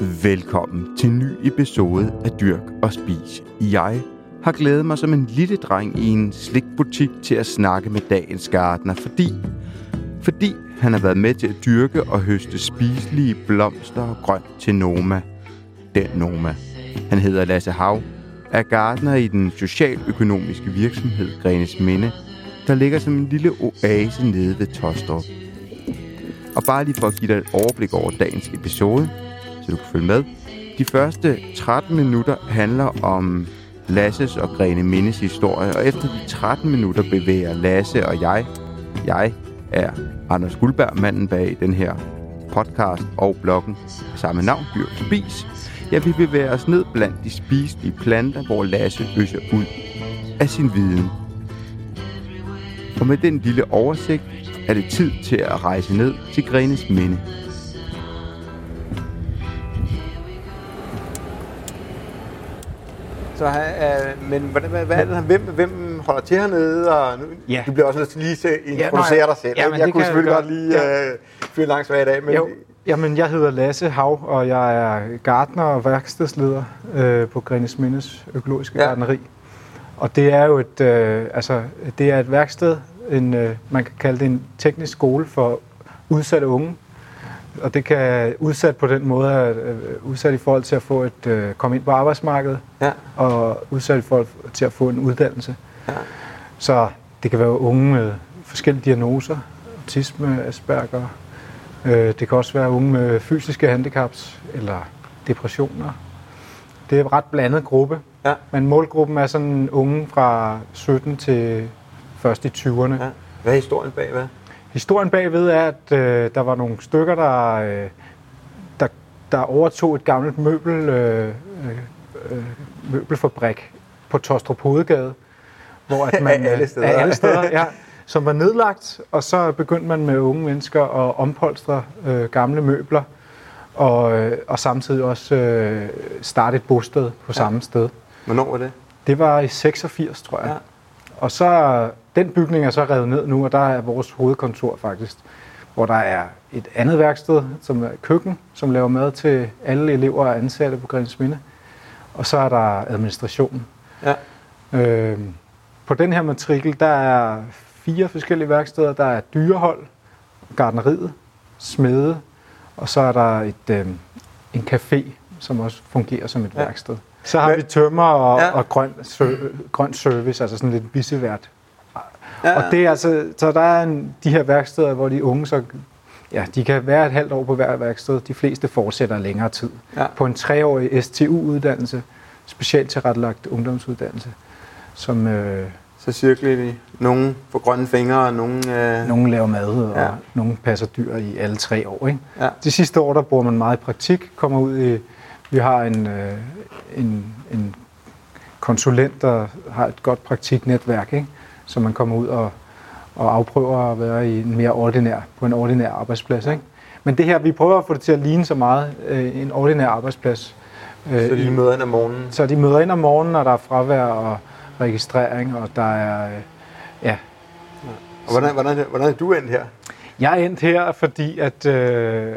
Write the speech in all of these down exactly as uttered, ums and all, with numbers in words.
Velkommen til en ny episode af Dyrk og Spis. Jeg har glædet mig som en lille dreng i en slikbutik til at snakke med dagens gartner, fordi, fordi han har været med til at dyrke og høste spiselige blomster og grønt til Noma. Den Noma. Han hedder Lasse Hav, er gartner i den socialøkonomiske virksomhed Grænesminde, der ligger som en lille oase nede ved Tåstrup. Og bare lige for at give dig et overblik over dagens episode, så du kan følge med. De første tretten minutter handler om Lasses og Grænemindes historie, og efter de tretten minutter bevæger Lasse og jeg, jeg er Anders Guldberg, manden bag den her podcast og bloggen samme navn, Dyrk og Spis. Ja, vi bevæger os ned blandt de spiselige planter, hvor Lasse øser ud af sin viden. Og med den lille oversigt er det tid til at rejse ned til Grænesminde. Så, øh, men hvad, hvad, hvad er det, hvem, hvem holder til hernede? Og nu, ja. Du bliver også nødt til lige til at introducere ja, dig selv. Ja, jeg kunne selvfølgelig jeg godt lige ja. øh, fyre langt svag i dag. Men... Jamen, jeg hedder Lasse Hav, og jeg er gartner og værkstedsleder øh, på Grænesmindes økologiske ja. gartneri. Og det er jo et, øh, altså, det er et værksted, en, øh, man kan kalde det en teknisk skole for udsatte unge. Og det kan udsat på den måde, at øh, udsat i forhold til at få et øh, komme ind på arbejdsmarkedet, ja. og udsat i forhold til at få en uddannelse. Ja. Så det kan være unge med forskellige diagnoser, autisme, Asperger. Øh, det kan også være unge med fysiske handicaps eller depressioner. Det er en ret blandet gruppe, ja. men målgruppen er sådan unge fra sytten til først i tyverne. Ja. Hvad er historien bagved? Historien bagved er, at øh, der var nogle stykker, der, øh, der, der overtog et gammelt møbel, øh, øh, møbelfabrik på Tåstrup Hovedgade, hvor at man, alle steder, af alle steder ja, som var nedlagt, og så begyndte man med unge mennesker at ompolstre øh, gamle møbler, og, øh, og samtidig også øh, starte et bosted på ja. samme sted. Hvornår var det? Det var i seksogfirs, tror jeg. Ja. Og så den bygning er så revet ned nu, og der er vores hovedkontor faktisk, hvor der er et andet værksted, som er køkken, som laver mad til alle elever og ansatte på Grænesminde. Og så er der administration. Ja. Øh, på den her matrikel, der er fire forskellige værksteder. Der er dyrehold, gartneriet, smede, og så er der et, øh, en café, som også fungerer som et ja. værksted. Så har Men, vi tømmer og, ja. og grøn, sø, grøn service, altså sådan lidt bissevært. Ja. Og det er altså, så der er en, de her værksteder, hvor de unge så, ja, de kan være et halvt år på hver værksted. De fleste fortsætter længere tid. Ja. På en treårig S T U-uddannelse, specielt tilrettelagt ungdomsuddannelse, som... Øh, så cirkler de. Nogle får grønne fingre, og nogle... Øh... Nogle laver mad, og ja. nogle passer dyr i alle tre år. Ikke? Ja. De sidste år, der bruger man meget praktik, kommer ud i... Vi har en, øh, en, en konsulent, der har et godt praktiknetværk, ikke? Så man kommer ud og, og afprøver at være i en mere ordinær, på en ordinær arbejdsplads. Ikke? Men det her, vi prøver at få det til at ligne så meget øh, en ordinær arbejdsplads. Øh, så de møder ind om morgenen? Så de møder ind om morgenen, og der er fravær og registrering, og der er... Øh, ja. ja. Og hvordan, hvordan, hvordan er du endt her? Jeg er endt her, fordi at... Øh,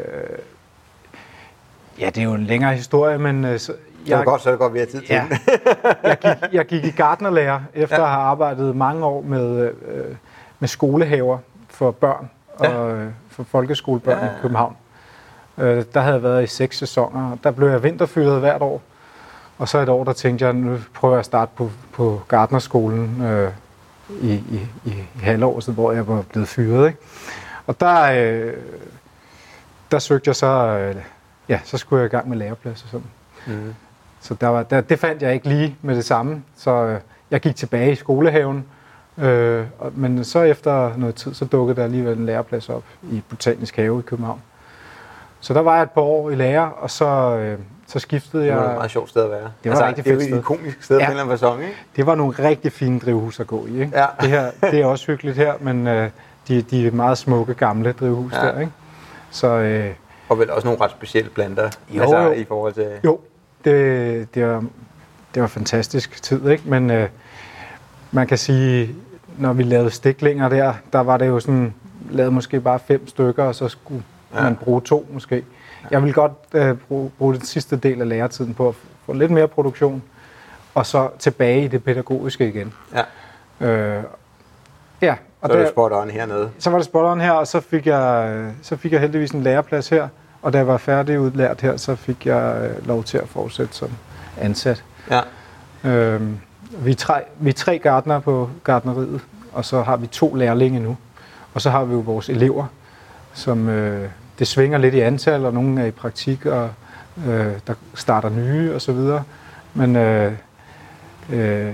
ja, det er jo en længere historie, men... Øh, så, Jeg, så, er godt, så er det godt, vi har tid til ja. jeg, gik, jeg gik i gartnerlære, efter ja. at have arbejdet mange år med, øh, med skolehaver for børn og ja. for folkeskolebørn ja. i København. Øh, der havde jeg været i seks sæsoner, og der blev jeg vinterfyret hvert år. Og så et år, der tænkte jeg, nu prøver jeg at starte på, på gartnerskolen øh, i, i, i, i halvåret, hvor jeg var blevet fyret. Ikke? Og der, øh, der søgte jeg så, øh, ja, så skulle jeg i gang med læreplads og sådan. Mm. Så der var, der, det fandt jeg ikke lige med det samme, så øh, jeg gik tilbage i skolehaven, øh, og, men så efter noget tid, så dukkede der alligevel en læreplads op i Botanisk Have i København. Så der var jeg et par år i lære, og så, øh, så skiftede jeg... Det var et meget sjovt sted at være. Det var, altså, rigtig det er fedt jo et ikonisk sted ja. på en eller anden facon, ikke? Det var nogle rigtig fine drivhus at gå i, ikke? Ja. Det, her, det er også hyggeligt her, men øh, de, de er meget smukke gamle drivhus ja. der, ikke? Så, øh, og vel også nogle ret specielle planter, jo, altså jo. i forhold til... Jo. Det, det, var, det var fantastisk tid, ikke? Men øh, man kan sige, når vi lavede stiklinger der, der var det jo sådan, lavede måske bare fem stykker, og så skulle ja. man bruge to måske. Jeg vil godt øh, bruge, bruge den sidste del af læretiden på at få lidt mere produktion, og så tilbage i det pædagogiske igen. Ja. Øh, ja. Og så var der, det spot-on hernede. Så var det spot-on her, og så fik, jeg, så fik jeg heldigvis en læreplads her. Og da jeg var færdig udlært her, så fik jeg lov til at fortsætte som ansat. Ja. Øhm, vi, er tre, vi er tre gartnere på gartneriet, og så har vi to lærlinge nu. Og så har vi jo vores elever, som øh, det svinger lidt i antal, og nogle er i praktik, og øh, der starter nye og så videre. Men øh, øh,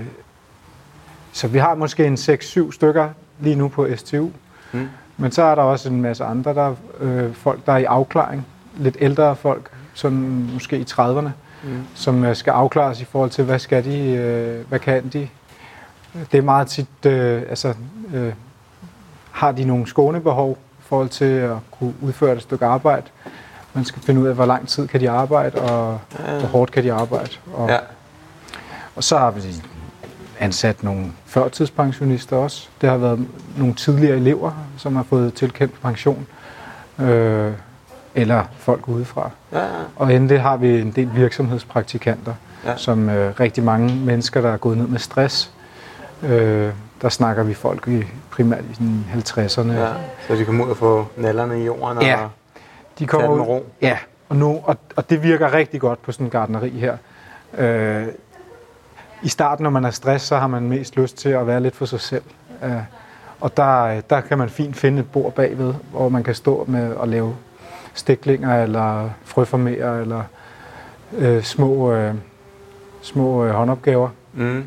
så vi har måske en seks syv stykker lige nu på S T U. Mm. Men så er der også en masse andre, der øh, folk, der er i afklaring. Lidt ældre folk, sådan måske i trediverne, mm. som øh, skal afklares i forhold til, hvad skal de, øh, hvad kan de. Det er meget tit, øh, altså, øh, har de nogle skånebehov i forhold til at kunne udføre et stykke arbejde. Man skal finde ud af, hvor lang tid kan de arbejde, og ja. hvor hårdt kan de arbejde. Og, ja. og så har vi ansat nogle førtidspensionister også. Det har været nogle tidligere elever, som har fået tilkendt pension. Øh, eller folk udefra. Ja. Og endelig har vi en del virksomhedspraktikanter, ja. som øh, rigtig mange mennesker, der er gået ned med stress. Øh, der snakker vi folk i primært i halvtredserne. Ja. Så de kommer ud og få nallerne i jorden ja. og de kommer ud med ro. Ja, og, nu, og, og det virker rigtig godt på sådan en gartneri her. Øh, I starten, når man er stress, så har man mest lyst til at være lidt for sig selv. Øh, og der, der kan man fint finde et bord bagved, hvor man kan stå med og lave stiklinger eller frøformerer eller øh, små, øh, små øh, håndopgaver. Mm.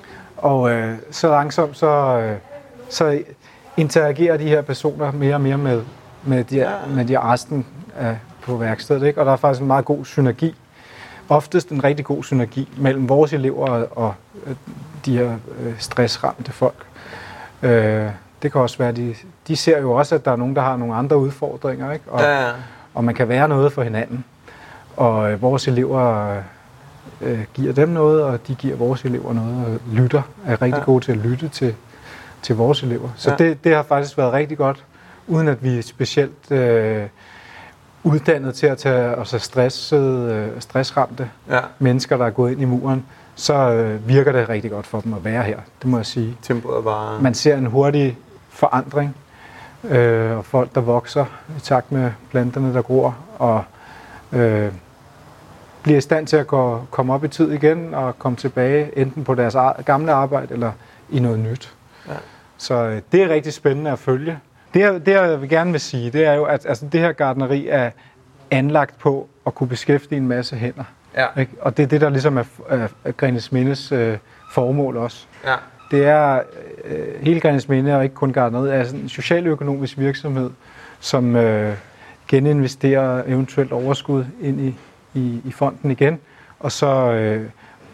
Og øh, så langsomt så, øh, så interagerer de her personer mere og mere med, med, de, med de resten af, på værkstedet. Ikke? Og der er faktisk en meget god synergi. Oftest en rigtig god synergi mellem vores elever og, og de her øh, stressramte folk. Øh, Det kan også være, de, de ser jo også, at der er nogen, der har nogle andre udfordringer, ikke? Og, ja, ja. og man kan være noget for hinanden. Og øh, vores elever øh, giver dem noget, og de giver vores elever noget, og lytter, er rigtig ja. gode til at lytte til, til vores elever. Så ja. det, det har faktisk været rigtig godt, uden at vi er specielt øh, uddannet til at tage os af stressede, øh, stressramte ja. mennesker, der er gået ind i muren. Så øh, virker det rigtig godt for dem at være her, det må jeg sige. Tempoet bare... Man ser en hurtig forandring, øh, og folk, der vokser i takt med planterne, der gror, og øh, bliver i stand til at gå, komme op i tid igen og komme tilbage, enten på deres gamle arbejde eller i noget nyt. Ja. Så øh, det er rigtig spændende at følge. Det, det, jeg vil gerne vil sige, det er jo, at altså, det her gartneri er anlagt på at kunne beskæftige en masse hænder. Ja. Ikke? Og det er det, der ligesom er, er, er Grænsmindes øh, formål også. Ja. Det er øh, hele Grænsminde, og ikke kun gartneriet, er sådan en socialøkonomisk virksomhed, som øh, geninvesterer eventuelt overskud ind i, i, i fonden igen, og så øh,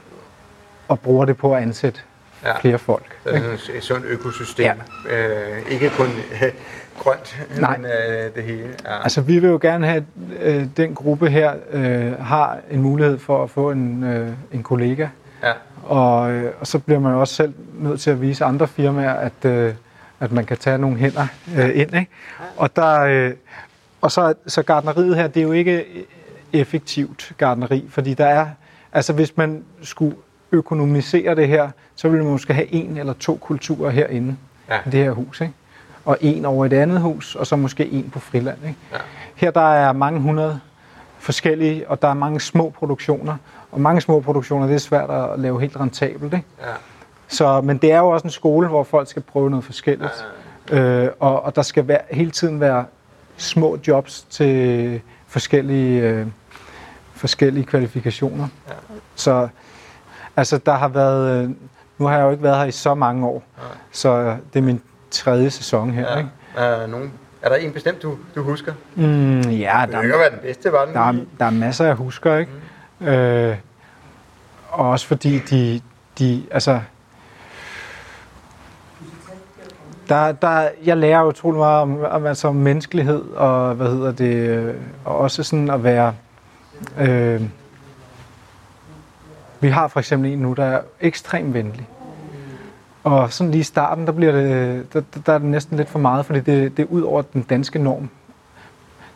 og bruger det på at ansætte ja. flere folk. Så det er sådan et sundt økosystem. Ja. Øh, ikke kun øh, grønt, Nej. men øh, det hele. Ja. Altså vi vil jo gerne have, at øh, den gruppe her øh, har en mulighed for at få en, øh, en kollega. Ja. Og, øh, og så bliver man jo også selv nødt til at vise andre firmaer, at, øh, at man kan tage nogle hænder øh, ind. Ikke? Og, der, øh, og så, så gartneriet her, det er jo ikke effektivt gartneri, fordi der er, altså hvis man skulle økonomisere det her, så ville man måske have en eller to kulturer herinde ja. i det her hus, ikke? Og en over i det andet hus, og så måske en på friland. Ikke? Ja. Her der er mange hundrede forskellige, og der er mange små produktioner. Og mange små produktioner, det er svært at lave helt rentabelt. Ikke? Ja. Så, men det er jo også en skole, hvor folk skal prøve noget forskelligt. Ja. Øh, og, og der skal være, hele tiden være små jobs til forskellige, øh, forskellige kvalifikationer. Ja. Så altså, der har været... Nu har jeg jo ikke været her i så mange år, ja. så det er min tredje sæson her. Ja. Ikke? Er, nogen, er der en bestemt, du, du husker? Mm, ja, det der, kan være den bedste, var den der, er, der er masser, jeg husker, ikke? Mm. Øh, og også fordi de, de altså... Der, der, jeg lærer jo utrolig meget om, om altså, menneskelighed, og hvad hedder det, og også sådan at være... Øh, vi har for eksempel en nu, der er ekstremt venlig. Og sådan lige i starten, der, bliver det, der, der er det næsten lidt for meget, fordi det, det er ud over den danske norm.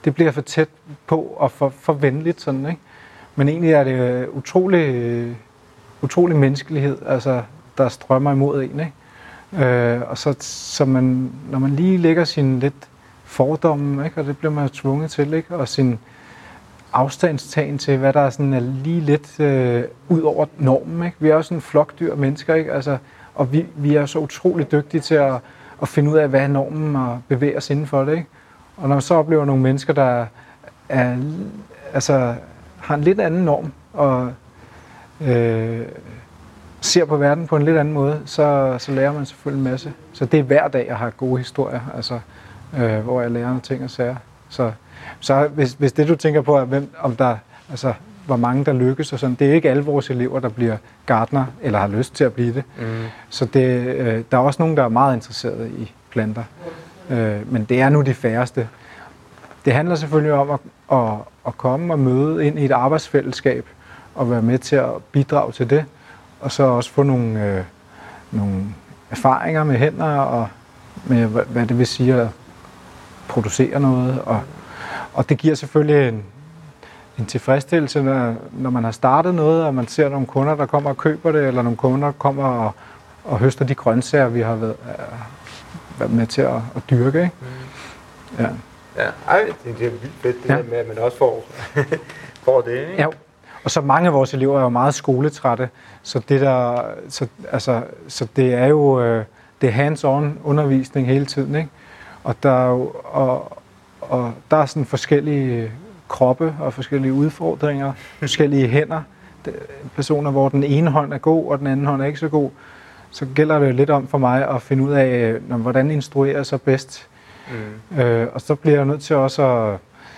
det bliver for tæt på og for, for venligt sådan, ikke? Men egentlig er det utrolig, utrolig menneskelighed, altså, der strømmer imod en, ikke? Øh, og så, så man, når man lige lægger sin lidt fordomme, ikke? Og det bliver man jo tvunget til, ikke? Og sin afstandstagen til, hvad der er, sådan, er lige lidt øh, ud over normen, ikke? Vi er jo sådan en flokdyr mennesker, ikke? Altså, og vi, vi er så utrolig dygtige til at, at finde ud af, hvad er normen, og bevæge os inden for det, ikke? Og når man så oplever nogle mennesker, der er, altså, har en lidt anden norm, og øh, ser på verden på en lidt anden måde, så, så lærer man selvfølgelig en masse. Så det er hver dag, jeg har gode historier, altså, øh, hvor jeg lærer nogle ting og sager. Så, så hvis, hvis det, du tænker på, er, hvem, om der, altså, hvor mange der lykkes og sådan, det er ikke alle vores elever, der bliver gartner, eller har lyst til at blive det. Mm. Så det, øh, der er også nogen, der er meget interesserede i planter. Øh, men det er nu de færreste. Det handler selvfølgelig om at, at, at komme og møde ind i et arbejdsfællesskab, og være med til at bidrage til det, og så også få nogle, øh, nogle erfaringer med hænder, og med hvad det vil sige at producere noget. Og, og det giver selvfølgelig en, en tilfredsstillelse, når, når man har startet noget, og man ser nogle kunder, der kommer og køber det, eller nogle kunder, der kommer og, og høster de grøntsager, vi har været, været med til at, at dyrke. Ikke? Mm. Ja. Ja, ej, det, det er vildt fedt, det ja. Der med, at man også får, får det, ikke? Ja, og så mange af vores elever er jo meget skoletrætte, så det, der, så, altså, så det er jo det er hands-on undervisning hele tiden, ikke? Og der er jo, og, og der er sådan forskellige kroppe og forskellige udfordringer, forskellige hænder, personer, hvor den ene hånd er god, og den anden hånd er ikke så god. Så gælder det lidt om for mig at finde ud af, hvordan instruerer sig bedst. Mm. Øh, og så bliver jeg nødt til også at,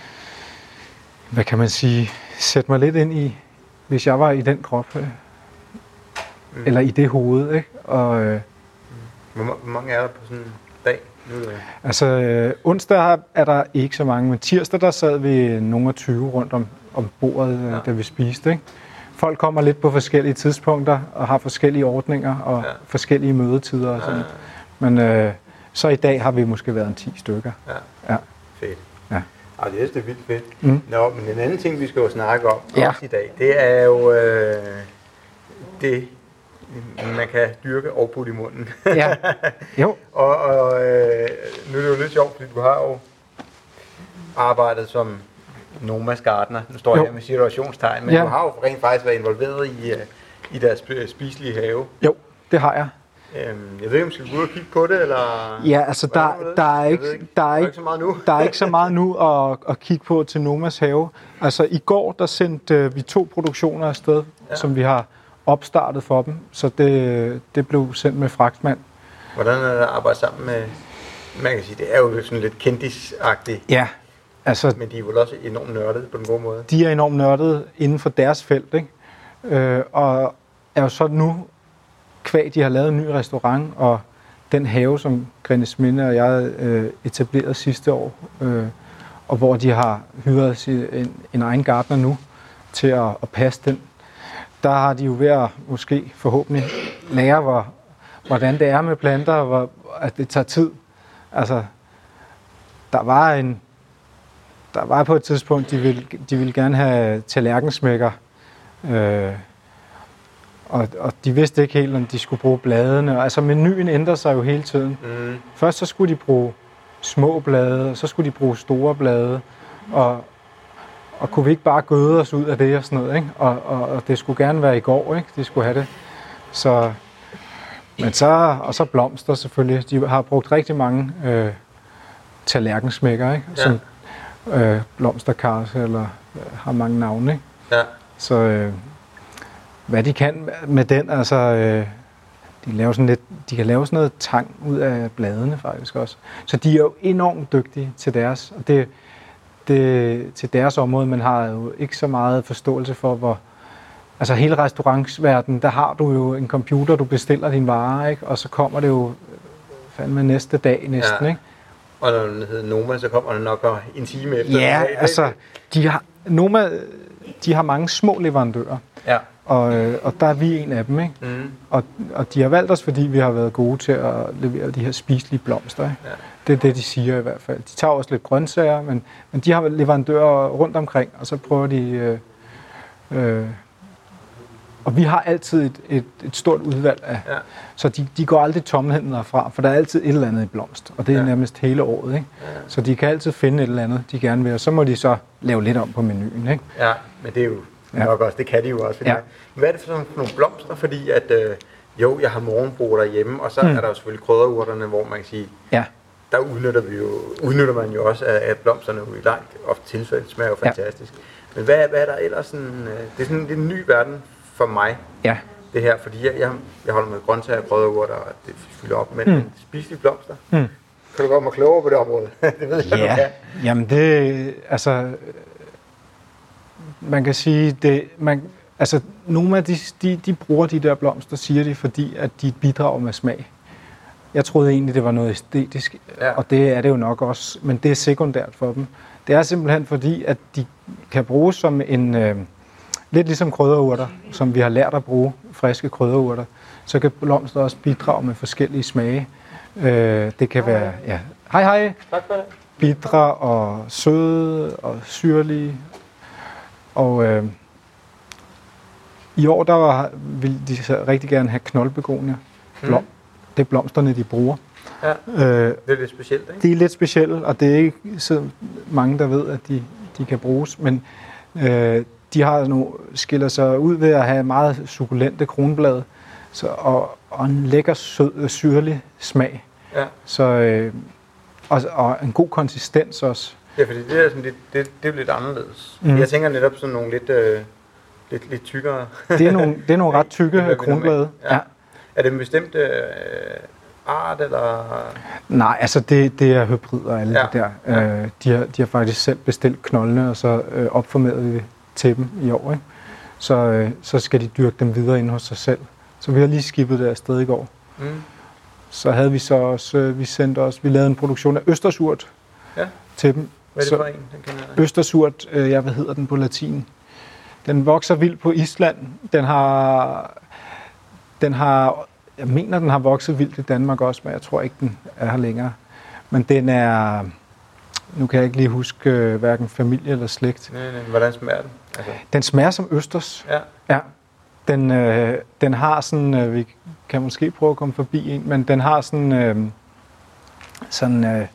hvad kan man sige, sætte mig lidt ind i, hvis jeg var i den krop, øh, mm. eller i det hoved, ikke? Og, øh, mm. Hvor mange er der på sådan en dag? Nu er det... Altså, øh, onsdag er der ikke så mange, men tirsdag der sad vi nogle af tyve rundt om, om bordet, øh, ja. Da vi spiste, ikke? Folk kommer lidt på forskellige tidspunkter, og har forskellige ordninger, og ja. Forskellige mødetider og sådan. Ja. Men øh, så i dag har vi måske været en ti stykker. Ja, ja. Fedt. Ja. Ej, det er det er vildt fedt. Mm. Nå, men en anden ting, vi skal jo snakke om ja. Også i dag, det er jo øh, det, man kan dyrke og putte i munden. Ja, jo. og og øh, nu er det jo lidt sjovt, fordi du har jo arbejdet som Nomas gartner. Nu står jeg her med situationstegn, men ja. Du har jo rent faktisk været involveret i, i deres spiselige have. Jo, det har jeg. Jeg ved ikke, om vi skal gå ud og kigge på det, eller... Ja, altså, der, der, er ikke, ikke, der, er ikke, ikke så meget nu. der er ikke så meget nu at, at kigge på til Nomas have. Altså, i går, der sendte vi to produktioner afsted, ja. Som vi har opstartet for dem, så det, det blev sendt med fragtmand. Hvordan er det at arbejde sammen med... Man kan sige, det er jo sådan lidt kendisagtigt. Ja, altså... Men de er vel også enormt nørdede på den gode måde. De er enormt nørdede inden for deres felt, ikke? Øh, og er jo så nu... Kvæg, de har lavet en ny restaurant, og den have, som Grennesminde og jeg øh, etablerede sidste år, øh, og hvor de har hyret en, en egen gartner nu til at, at passe den. Der har de jo ved at måske forhåbentlig lære, hvor, hvordan det er med planter, og hvor, at det tager tid. Altså, der var en, der var på et tidspunkt, de ville, de ville gerne have tallerkensmækker, øh, Og, og de vidste ikke helt, om de skulle bruge bladene. Altså menuen ændrer sig jo hele tiden. Mm. Først så skulle de bruge små blade, og så skulle de bruge store blade. Og, og kunne vi ikke bare gøde os ud af det og sådan noget, ikke? Og, og, og det skulle gerne være i går, ikke? De skulle have det. Så, men så, og så blomster selvfølgelig. De har brugt rigtig mange øh, tallerkensmækker, ikke? Som øh, blomsterkarse, eller øh, har mange navne, ikke? Ja. Så... Øh, hvad de kan med den, altså, øh, de, laver sådan lidt, de kan lave sådan noget tang ud af bladene faktisk også. Så de er jo enormt dygtige til deres, og det, det, til deres område, men har jo ikke så meget forståelse for, hvor, altså hele restaurantsverdenen, der har du jo en computer, du bestiller din varer, ikke? Og så kommer det jo fandme næste dag næsten, ja. Ikke? Og når den hedder Noma, så kommer den nok en time efter. Ja, dag, altså, de har, Noma, de har mange små leverandører. Ja. Og, og der er vi en af dem, ikke? Mm. Og, og de har valgt os, fordi vi har været gode til at levere de her spiselige blomster, ikke? Det er det, de siger i hvert fald. De tager også lidt grøntsager, men, men de har leverandører rundt omkring, og så prøver de... Øh, øh, og vi har altid et, et, et stort udvalg af... Ja. Så de, de går aldrig tomhændede derfra, for der er altid et eller andet i blomst, og det er ja. nærmest hele året. Ikke? Ja. Så de kan altid finde et eller andet, de gerne vil, og så må de så lave lidt om på menuen. Ikke? Ja, men det er jo ja. nok også, det kan de jo også. Ja. Hvad er det for nogle blomster? Fordi at... Øh, jo, jeg har morgenbrug derhjemme, og så mm. er der jo selvfølgelig krydderurterne, hvor man kan sige... Ja. Der udnytter, vi jo, udnytter man jo også af, af blomsterne jo i langt ofte tilfælde. Det smager jo fantastisk. Ja. Men hvad, hvad er der ellers sådan... Det er sådan det er en ny verden for mig, ja. det her. Fordi jeg, jeg, jeg holder med grøntsager og krydderurter, og det fylder op. Men mm. spiselige blomster, mm. kan du godt mig klogere på det område? Det ved jeg, ja. du kan. Jamen det... Altså... Man kan sige... det man, altså, nogle af de, de, de bruger de der blomster, siger de, fordi at de bidrager med smag. Jeg troede egentlig, det var noget æstetisk, ja. og det er det jo nok også, men det er sekundært for dem. Det er simpelthen fordi, at de kan bruges som en, øh, lidt ligesom krydderurter, som vi har lært at bruge, friske krydderurter, så kan blomster også bidrage med forskellige smage. Øh, det kan hej. være, ja, hej hej, tak for det. Bitre og søde og syrlige. Og øh, i år, der var, ville de rigtig gerne have knoldbegonier. Blom. Mm. Det er blomsterne, de bruger. Ja, øh, det er lidt specielt, ikke? De er lidt specielle, og det er ikke så mange, der ved, at de, de kan bruges. Men øh, de har nogle, skiller sig ud ved at have meget sukulente kronblade så, og, og en lækker, sød, syrlig smag. Ja. Så, øh, og, og en god konsistens også. Ja, fordi det er, sådan lidt, det, det er lidt anderledes. Mm. Jeg tænker netop sådan nogle lidt, øh, lidt, lidt tykkere. Det er nogle, det er nogle ret tykke kronblade. Ja. Ja. Er det en bestemt øh, art, eller? Nej, altså det, det er hybrider, alle ja. de der. Ja. Øh, de, har, de har faktisk selv bestilt knoldene, og så øh, opformerede vi til dem i år. Ikke? Så, øh, så skal de dyrke dem videre ind hos sig selv. Så vi har lige skibet det afsted i går. Mm. Så havde vi så også, øh, vi sendte også, vi lavede en produktion af østersurt ja. til dem. Hvad er det for en? Den kender jeg. Østersurt, øh, ja, hvad hedder den på latin? Den vokser vildt på Island. Den har... Den har, jeg mener, den har vokset vildt i Danmark også, men jeg tror ikke, den er her længere. Men den er, nu kan jeg ikke lige huske øh, hverken familie eller slægt. Nej, nej, hvordan smager den? Altså. Den smager som østers. Ja. Ja. Den, øh, den har sådan, øh, vi kan måske prøve at komme forbi en, men den har sådan, øh, sådan øh,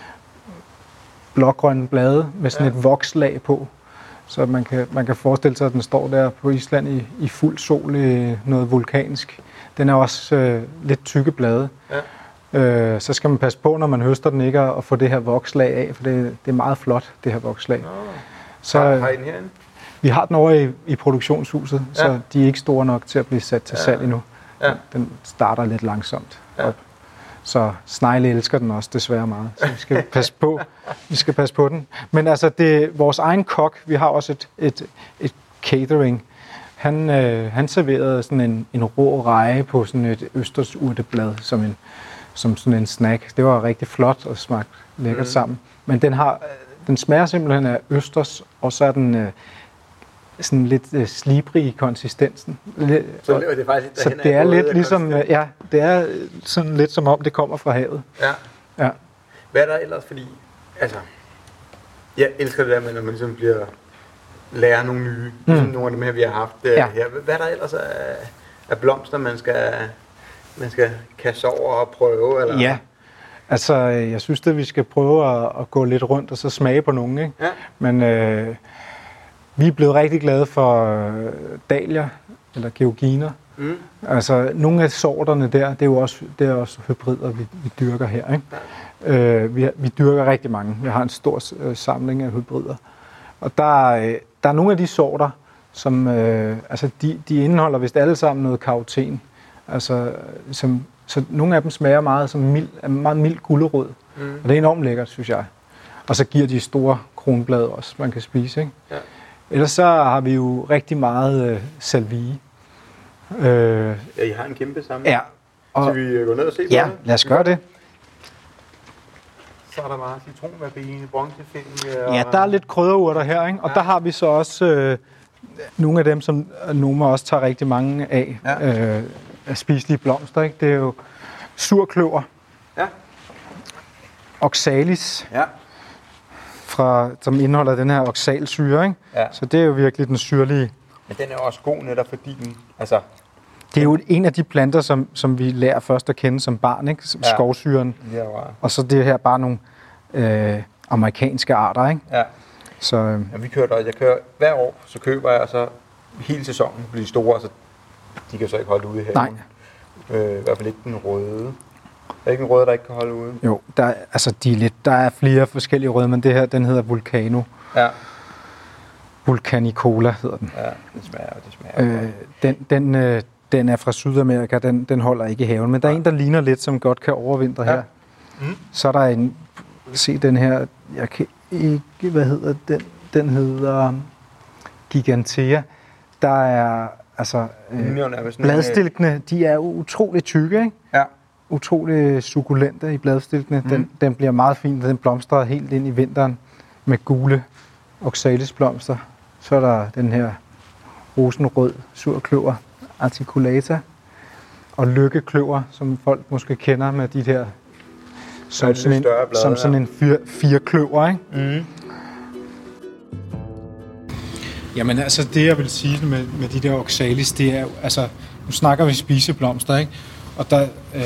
blågrønne blade med sådan ja. et vokslag på. Så man kan, man kan forestille sig, at den står der på Island i, i fuld sol i noget vulkansk. Den er også øh, lidt tykke blade. Ja. Øh, så skal man passe på, når man høster den, ikke at få det her vokslag af, for det, det er meget flot, det her vokslag. Nå. Så, har, har I den herinde? Vi har den over i, i produktionshuset, ja. så de er ikke store nok til at blive sat til ja. salg endnu. Ja. Den starter lidt langsomt ja. op. Så snegle elsker den også desværre meget, så vi skal passe på. Vi skal passe på den. Men altså, det vores egen kok, vi har også et, et, et catering. Han, øh, han serverede sådan en, en rå reje på sådan et østersurteblad som en som sådan en snack. Det var rigtig flot og smagte lækkert mm. sammen. Men den har den smager simpelthen af østers, og så er den øh, sådan lidt øh, slibrig i konsistensen. Lidt, så det er faktisk så det er lidt ligesom ja, det er sådan lidt som om det kommer fra havet. Ja. Ja. Hvad er der ellers, fordi altså jeg elsker det der med, når man ligesom bliver lærer nogle nye, mm. ligesom nogle af dem her vi har haft ja. her. Hvad er der ellers af, af blomster man skal man skal kaste over og prøve eller? Ja. Altså jeg synes at vi skal prøve at, at gå lidt rundt og så smage på nogle, ikke? Ja. Men øh, vi er blevet rigtig glade for øh, dahlia eller georginer. Mm. Altså nogle af sorterne der, det er jo også, det er også hybrider, vi, vi dyrker her, ikke? Ja. Øh, vi, vi dyrker rigtig mange. Vi har en stor øh, samling af hybrider. Og der, øh, der er nogle af de sorter, som øh, altså de, de indeholder vist alle sammen noget karoten. Altså, som, så nogle af dem smager meget som mild, meget mild gulerod. Mm. Og det er enormt lækkert, synes jeg. Og så giver de store kronblade også, man kan spise, ikke? Ja. Ellers så har vi jo rigtig meget øh, salvie. Øh, ja, I har en kæmpe samling. Ja. Og, skal vi gå ned og se på ja, det? Ja, lad os gøre det. Så er der bare citronverbene, bronzefind. Ja, der er lidt krydderurter her, ikke? Og ja. der har vi så også øh, nogle af dem, som Noma også tager rigtig mange af. Ja. Øh, af spiselige blomster, ikke? Det er jo surkløver. Ja. oxalis, Ja. fra, som indeholder den her oxalsyre, ikke? Ja. Så det er jo virkelig den syrlige. Men den er også god netop fordi den, altså... Det er jo en af de planter, som, som vi lærer først at kende som barn, ikke? Som Ja. Skovsyren. Ja, wow. Og så det her bare nogle øh, amerikanske arter, ikke? Ja. Så øh, Ja, vi kører også. Jeg kører hver år, så køber jeg, og så hele sæsonen bliver de store, så de kan så ikke holde ude i haven. nej, Øh, I hvert fald ikke den røde. Der er ikke en røde, der ikke kan holde ude. jo, der, er- altså, de er lidt, der er flere forskellige røde, men det her, den hedder Vulcano. Ja, Vulcanicola hedder den. ja, det smager, det smager. Øh, den, den, øh, den er fra Sydamerika, den, den holder ikke i haven. Men der er en, der ligner lidt, som godt kan overvintre Ja. her. Mm. Så er der en, se den her, jeg kan ikke, hvad hedder den? Den hedder Gigantea. Der er, altså, Den øh, ligner jo nærmest sådan en, bladstilkene, de er utrolig tykke, ikke? Ja. Utrolig sukulente i bladstilkene. Mhm. Den, den bliver meget fin, den blomstrer helt ind i vinteren med gule oxalisblomster. Så er der den her rosenrød surkløver articulata og lykkekløver, som folk måske kender med de der Ja, som lidt sådan en, større blade, som sådan en fire, fire kløver, ikke? Mm. Jamen altså det jeg vil sige med, med de der oxalis, det er jo, altså nu snakker vi spiseblomster, ikke? Og der, øh,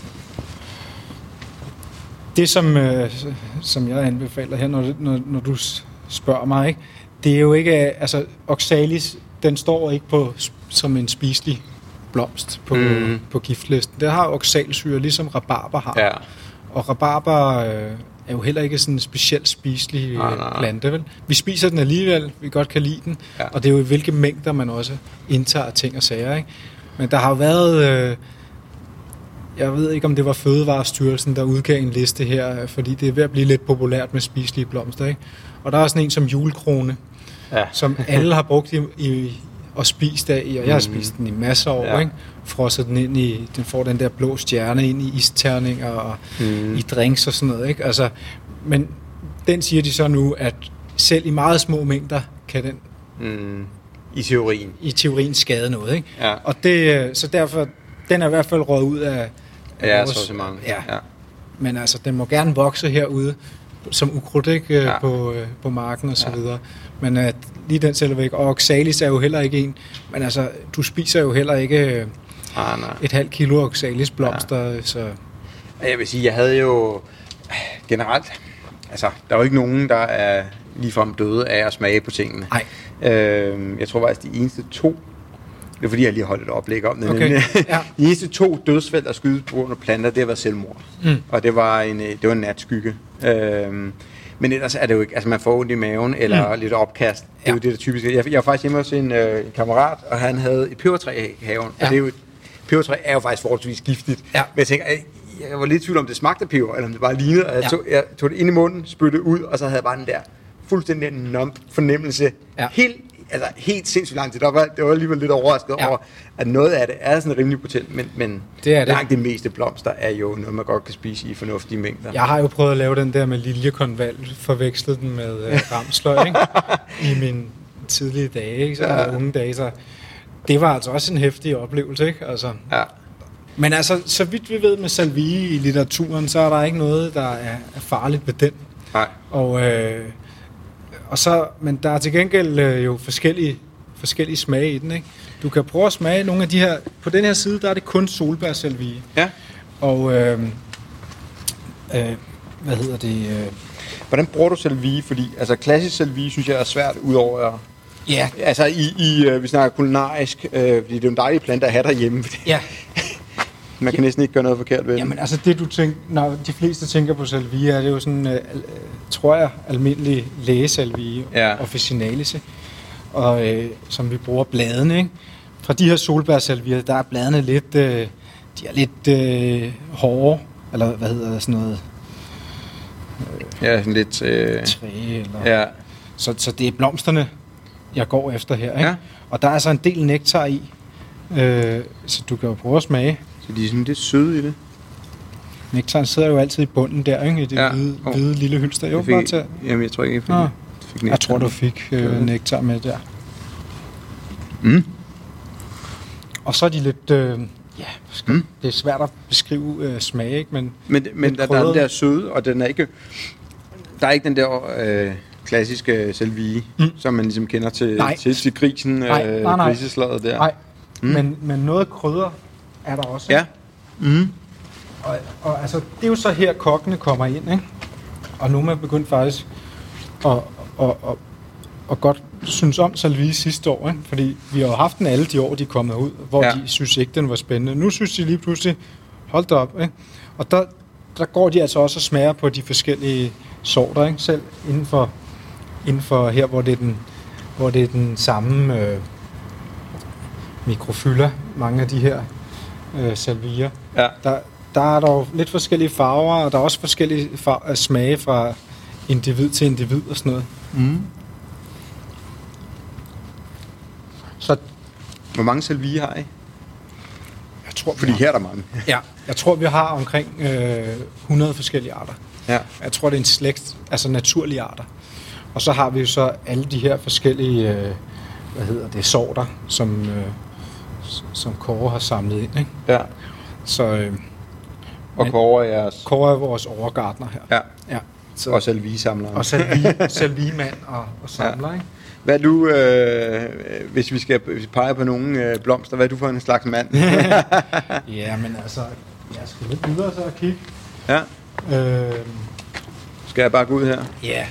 det som, øh, som jeg anbefaler her, når, når, når du spørger mig, ikke? Det er jo ikke, altså oxalis, den står ikke på som en spiselig blomst på, Mm. på giftlisten. Det har oxalsyre, ligesom rabarber har. Ja. Og rabarber øh, er jo heller ikke sådan en specielt spiselig øh, Nej, nej, nej. plante, vel? Vi spiser den alligevel, vi godt kan lide den, Ja. og det er jo i hvilke mængder man også indtager ting og sager, ikke? Men der har jo været, øh, jeg ved ikke om det var Fødevarestyrelsen, der udgav en liste her, fordi det er ved at blive lidt populært med spiselige blomster, ikke? Og der er sådan en som julekrone, Ja. som alle har brugt i, i og spist af, og jeg har Mm. spist den i masser af år, Ja. ikke? Frosset den ind i, den får den der blå stjerne ind i isterninger og Mm. i drinks og sådan noget, ikke? Altså, men den siger de så nu, at selv i meget små mængder kan den Mm. I teorien. i teorien skade noget, ikke? Ja. Og det, så derfor, den er i hvert fald røget ud af, af Ja, vores- sortiment. Ja, Ja. men altså, den må gerne vokse herude som ukrudt, ikke? Ja. Ja. På, øh, på marken og så Ja. videre. Men at lige den selv er væk. Og oxalis er jo heller ikke en, men altså, du spiser jo heller ikke øh, Ah, nej. et halvt kilo oxalisblomster, ja. Så Jeg vil sige, jeg havde jo generelt, altså, der er jo ikke nogen, der er ligefrem døde af at smage på tingene. nej. Øh, jeg tror faktisk, de eneste to, det er fordi, jeg lige holdt et oplæg om det, Okay, nemlig. ja. De eneste to dødsfald, der skydes på grund af planter, det har været selvmord. Mm. Og det var en, øh, det var en natskygge. Øh, men ellers er det jo ikke, altså man får ondt i maven, eller mm. lidt opkast. Det er Ja. jo det, der typiske. Jeg, jeg var faktisk hjemme hos en, øh, en kammerat, og han havde et pebertræ i haven. Ja. Og det er jo, pebertræ er jo faktisk forholdsvis giftigt. Ja. Men jeg tænker, jeg, jeg var lidt i tvivl om, det smagte peber, eller om det bare lignede. Og jeg, Ja. tog, jeg tog det ind i munden, spyttede ud, og så havde jeg bare den der fuldstændig numb fornemmelse. Ja. Helt, altså helt sindssygt lang tid. Det var, det var alligevel lidt overrasket Ja. over, at noget af det er sådan rimelig potent, men, men Det er det. langt det meste blomster er jo noget, man godt kan spise i fornuftige mængder. Jeg har jo prøvet at lave den der med liljekonvalg, forvekslet den med øh, ramsløg, ikke? I mine tidlige dage, ikke? Så Ja. ja. unge dage, så det var altså også en heftig oplevelse, ikke? Altså, Ja. men altså, så vidt vi ved med salvie i litteraturen, så er der ikke noget, der er, er farligt ved den. Nej. Og, øh, og så, men der er til gengæld øh, jo forskellige, forskellige smage i den, ikke? Du kan prøve at smage nogle af de her, på den her side, der er det kun solbærsalvie. Ja. Og, øh, øh, hvad hedder det? Øh, Hvordan bruger du salvie? Fordi altså, klassisk salvie synes jeg er svært, udover at... ja, Altså, i, i, øh, vi snakker kulinarisk, øh, fordi det er jo en dejlig plante at have derhjemme. Fordi ja. man kan næsten ikke gøre noget forkert ved den. Jamen altså det du tænker, når de fleste tænker på salvie, er det jo sådan, øh, øh, tror jeg, almindelig lægesalvie, Ja. officinalis, ikke? Og øh, som vi bruger bladene, ikke? Fra de her solbærsalvier, der er bladene lidt, øh, de er lidt øh, hårde, eller hvad hedder sådan noget, Ja, sådan lidt... Øh, træ, eller... ja. Så, så det er blomsterne, jeg går efter her, ikke? Ja. Og der er altså en del nektar i, øh, så du kan jo prøve at smage. Så de er sådan lidt søde i det. Nektaren sidder jo altid i bunden der, ikke? I det Ja. ja. hvide, Oh. hvide lille hylster. Jo, Jeg fik, bare til. jamen, jeg tror ikke, jeg fik, Nå. fik Jeg tror, du fik øh, nektar med der. Mm. Og så er de lidt, øh, Ja, mm. det er svært at beskrive øh, smag, ikke? Men, men, men der, der er den der søde, og den er ikke... Der er ikke den der øh, klassiske Selvige, mm. som man ligesom kender til, til, til grisen, nej, øh, nej, nej. griseslaget der. Nej, mm. men, men noget krydder er der også. Ja. Mm. Og, og altså, det er jo så her, kokkene kommer ind, ikke? Og nu er man begyndt faktisk at, at, at, at godt synes om Selvige sidste år, ikke? Fordi vi har jo haft den alle de år, de er kommet ud, hvor ja. de synes ikke, den var spændende. Nu synes de lige pludselig, hold da op, ikke? Og der, der går de altså også og smager på de forskellige sorter, ikke? Selv inden for, inden for her, hvor det er den, hvor det er den samme øh, mikrofylder, mange af de her øh, salvier. Ja. Der, der er der jo lidt forskellige farver, og der er også forskellige farver, smage fra individ til individ og sådan noget. Mm. Så hvor mange Selvige har I? Jeg tror, fordi her er der mange. Ja, jeg tror, vi har omkring øh, hundrede forskellige arter. Ja. Jeg tror, det er en slægt, altså naturlige arter. Og så har vi jo så alle de her forskellige, øh, hvad hedder det, sorter, som, øh, som Kåre har samlet ind, ikke? Ja. Så, øh, og Kåre er jeres... Kåre er vores overgartner her. Ja. Ja. Så, og Selvige-samler. Og Selvige, Selvige-mand og, og samler, ja. Ikke? Hvad er du, øh, hvis vi skal pege på nogle øh, blomster, hvad er du for en slags mand? Ja, men altså, jeg skal lidt videre så og kigge. Ja. Øh, skal jeg bare gå ud her? Ja.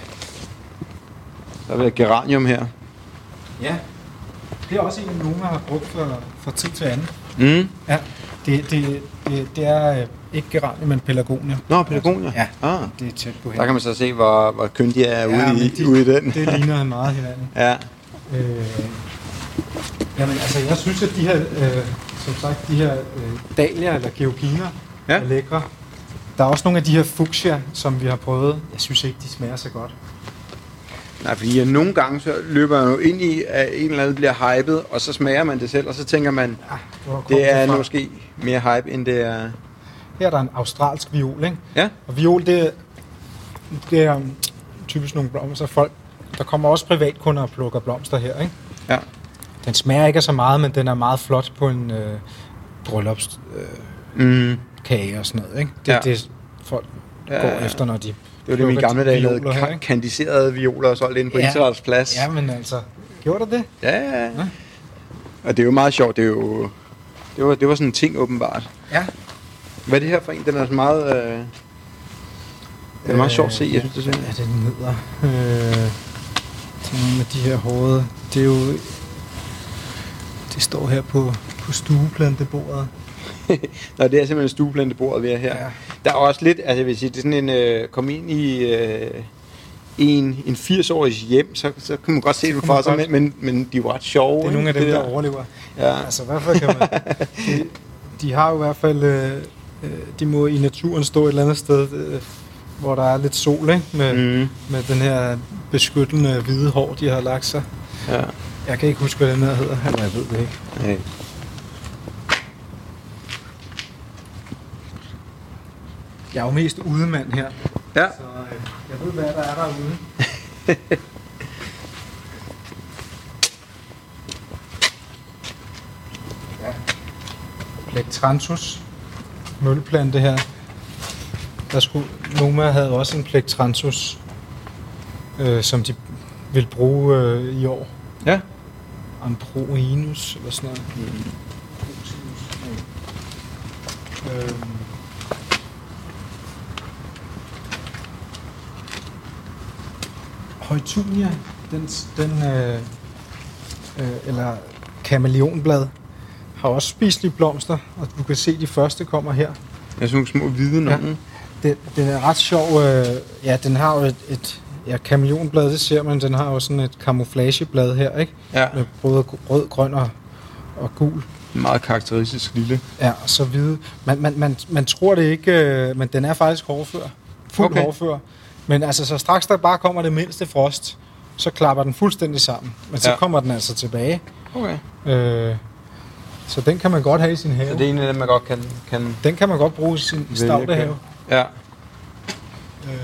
Der er et geranium her. Ja. Det er også en, nogen har brugt for, for tid til anden. Mm. Ja. Det, det, det, det er øh, ikke geranium, men pelargonia. Nå, pelargonia? Ja, ah. det er tæt på her. Der kan man så se, hvor, hvor kyndig er ja, ude, i, de, ude i den. Det ligner meget hinanden. Ja. Øh, jamen, altså, jeg synes, at de her, øh, som sagt, de her øh, dahlier eller georginer ja. er lækre. Der er også nogle af de her fuchsia, som vi har prøvet. Jeg synes ikke, de smager så godt. Nej, fordi ja, nogle gange så løber jeg jo ind i, at en eller anden bliver hypet, og så smager man det selv, og så tænker man, ja, det er fra. Måske mere hype, end det er... Her er der en australsk viol, ikke? Ja. Og viol, det er, det er typisk nogle blomster. Folk, der kommer også privatkunder og plukker blomster her, ikke? Ja. Den smager ikke så meget, men den er meget flot på en øh, bryllupskage øh, mm. og sådan noget, ikke? Det er ja. det, folk ja, går ja. efter, når de... Det var det, min gamle dage lavede ka- kandiserede violer og solgte ind på ja. Israels plads. Ja, men altså, gjorde du det? Ja, ja, ja. Og det er jo meget sjovt, det er jo... Det var, det var sådan en ting, åbenbart. Ja. Hvad er det her for en? Den er så meget... Øh... Den er meget øh, sjovt at se, jeg synes, det er sådan. Ja, den hedder... Øh... Nogle med de her hårde... Det er jo... Det står her på, på stueplantebordet. Nå, det er simpelthen stueplantebordet, vi er her. Ja. Der er også lidt, altså jeg vil sige, det er sådan en, øh, kom ind i øh, en, en firs-årig hjem, så, så kan man godt se det for sig, men, men, men de er jo ret sjove. Det er nogle af dem, der, der overlever. Ja. Altså i hvert fald kan man... de, de har jo i hvert fald... Øh, de må i naturen stå et eller andet sted, øh, hvor der er lidt sol, ikke? Med, mm. med den her beskyttende hvide hår, de har lagt sig. Ja. Jeg kan ikke huske, hvad den her hedder, eller jeg ved det ikke. Nej. Jeg er jo mest udemand her, ja. så øh, jeg ved, hvad der er derude. Ja. Plectranthus, mølleplante her. Der skulle, Noma havde også en Plectranthus, øh, som de vil bruge øh, i år. Ja. Ambroinus eller sådan noget. Mm. Øhm. Højtunia, den, den øh, øh, eller kameleonblad, har også spiselige blomster, og du kan se, de første kommer her. Ja, sådan nogle små hvide nogle. Ja, den, den er ret sjov. Øh, ja, den har jo et, et ja, kameleonblad, det ser man, den har jo sådan et camouflageblad her, ikke? Ja. Med både rød, grøn og, og gul. Meget karakteristisk lille. Ja, og så hvide. Man, man, man, man tror det ikke, øh, men den er faktisk hårdfør. Fuld okay. hårdfør. Men altså, så straks der bare kommer det mindste frost, så klapper den fuldstændig sammen. Men så ja. kommer den altså tilbage. Okay. Øh, så den kan man godt have i sin have. Så det er en af dem, man godt kan... kan den kan man godt bruge i sin stavtehave. Ja. Øh,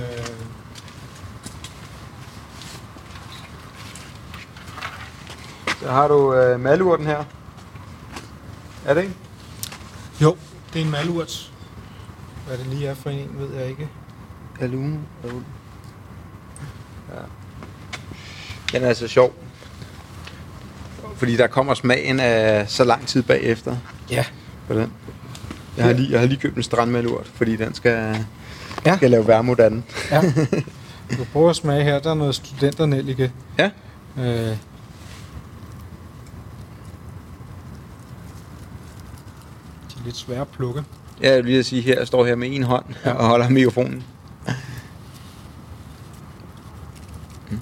så har du øh, malurten her. Er det ikke? Jo, det er en malurt. Hvad det lige er for en, ved jeg ikke. Alun. Ja. Den er altså sjov. Fordi der kommer smagen af så lang tid bagefter. Ja. På den. Jeg har lige, jeg har lige købt en strandmalurt, fordi den skal, ja. skal lave værmut af den. Ja. Du prøver at smage her. Der er noget studenternellike. Ja. Øh. De er lidt svære at plukke. Ja, jeg vil lige at sige her, jeg står her med en hånd ja. og holder mikrofonen. Mm.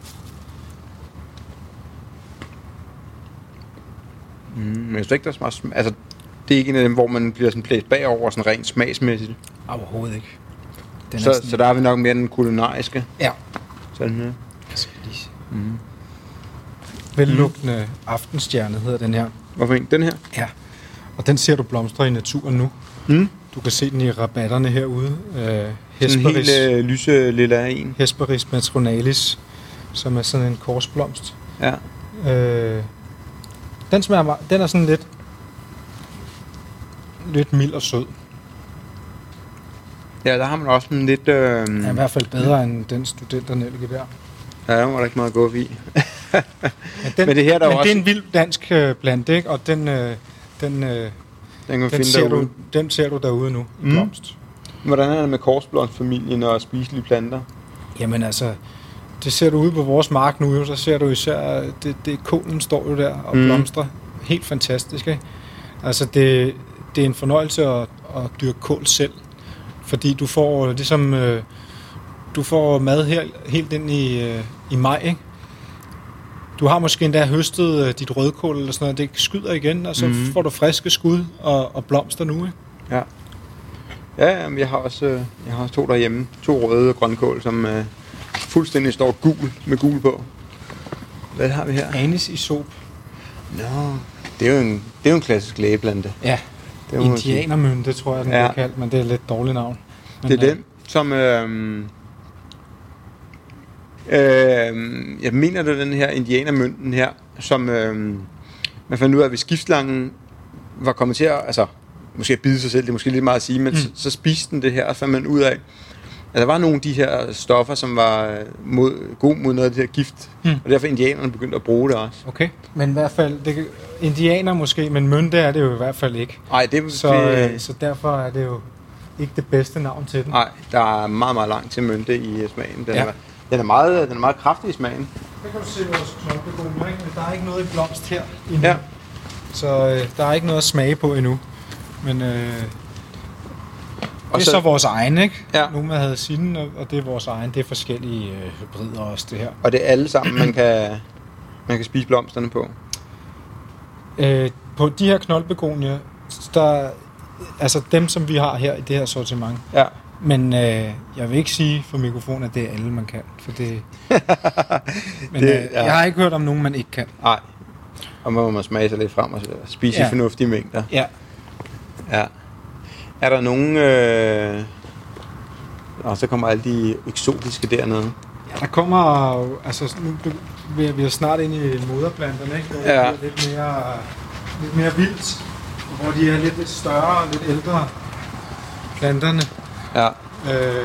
Mm, men jeg synes ikke, der smager sm- altså, det er ikke en af dem, hvor man bliver sådan blæst bagover sådan rent smagsmæssigt. Overhovedet ikke. Den så, sådan... så der er vi nok mere den kulinariske. Ja. Sådan her. Mm. Vellugtende aftenstjerne hedder den her. Hvorfor en? Den her? Ja. Og den ser du blomstre i naturen nu. Mm. Du kan se den i rabatterne herude. Øh, Hesperis. Sådan en helt øh, lyse lilla en. Hesperis matronalis, som er sådan en korsblomst. Ja. Øh, den smager meget. Den er sådan lidt lidt mild og sød. Ja, der har man også en lidt... Øh... Ja, i hvert fald bedre end den studenternellike der. Ja, der var der ikke meget gå i. men, den, men det her der men også... det er en vild dansk øh, plante, ikke? Og den... Øh, Den, øh, den, kan den, ser du, den ser du derude nu i mm. blomst. Hvordan er det med korsblomstfamilien og spiselige planter? Jamen altså, det ser du ude på vores mark nu, jo, så ser du især, det, det kålen står jo der og mm. blomstrer. Helt fantastisk, ikke? Altså det, det er en fornøjelse at, at dyrke kål selv, fordi du får ligesom, øh, du får mad her, helt ind i, øh, i maj, ikke? Du har måske endda høstet uh, dit rødkål eller sådan noget, det skyder igen, og så mm. får du friske skud og, og blomster nu, ikke? Ja. Ja, jamen, jeg har også øh, jeg har også to derhjemme, to røde grønkål, som øh, fuldstændig står gul med gul på. Hvad har vi her? Anis i sop. Nå, det er jo en det er jo en klassisk lægeplante. Ja. Det er indianermynte, tror jeg den ja. er kaldt, men det er et lidt dårligt navn. Men, det er den, som øh, Øh, jeg mener, det er den her indianermønten her, som øh, man fandt ud af, at hvis skiftlangen var kommet til at, altså, måske at bide sig selv, det er måske lidt meget at sige, men mm. så, så spiste den det her, og fandt man ud af, at der var nogle af de her stoffer, som var mod, god mod noget af det her gift, mm. og derfor indianerne begyndte at bruge det også. Okay, men i hvert fald, det, indianer måske, men mønte er det jo i hvert fald ikke. Nej, det, så, det, øh, så derfor er det jo ikke det bedste navn til den. Nej, der er meget, meget langt til mønte i smagen. Den, ja. er, den, er, meget, den er meget kraftig i smagen. Der kan du se vores knoldbegonie, ikke? Der er ikke noget i blomst her endnu. Ja. Så øh, der er ikke noget at smage på endnu. Men øh, det er så, så vores egen, ikke? Ja. Nogle havde sin, og det er vores egen. Det er forskellige øh, hybrider også, det her. Og det er alle sammen, man kan, man kan spise blomsterne på? Øh, på de her knoldbegonier, der, altså dem, som vi har her i det her sortiment. Ja. Men øh, jeg vil ikke sige for mikrofonen, at det er alle, man kan. For det, men det, øh, ja. jeg har ikke hørt om nogen, man ikke kan. Nej. Og man må smage sig lidt frem og spise ja. i fornuftige mængder. Ja. Ja. Er der nogen... Øh... Og så kommer alle de eksotiske dernede. Ja, der kommer... Altså, nu bliver vi snart ind i moderplanterne, ikke? Hvor ja. det er lidt mere, lidt mere vildt. Hvor de er lidt større og lidt ældre, planterne. Ja. Øh...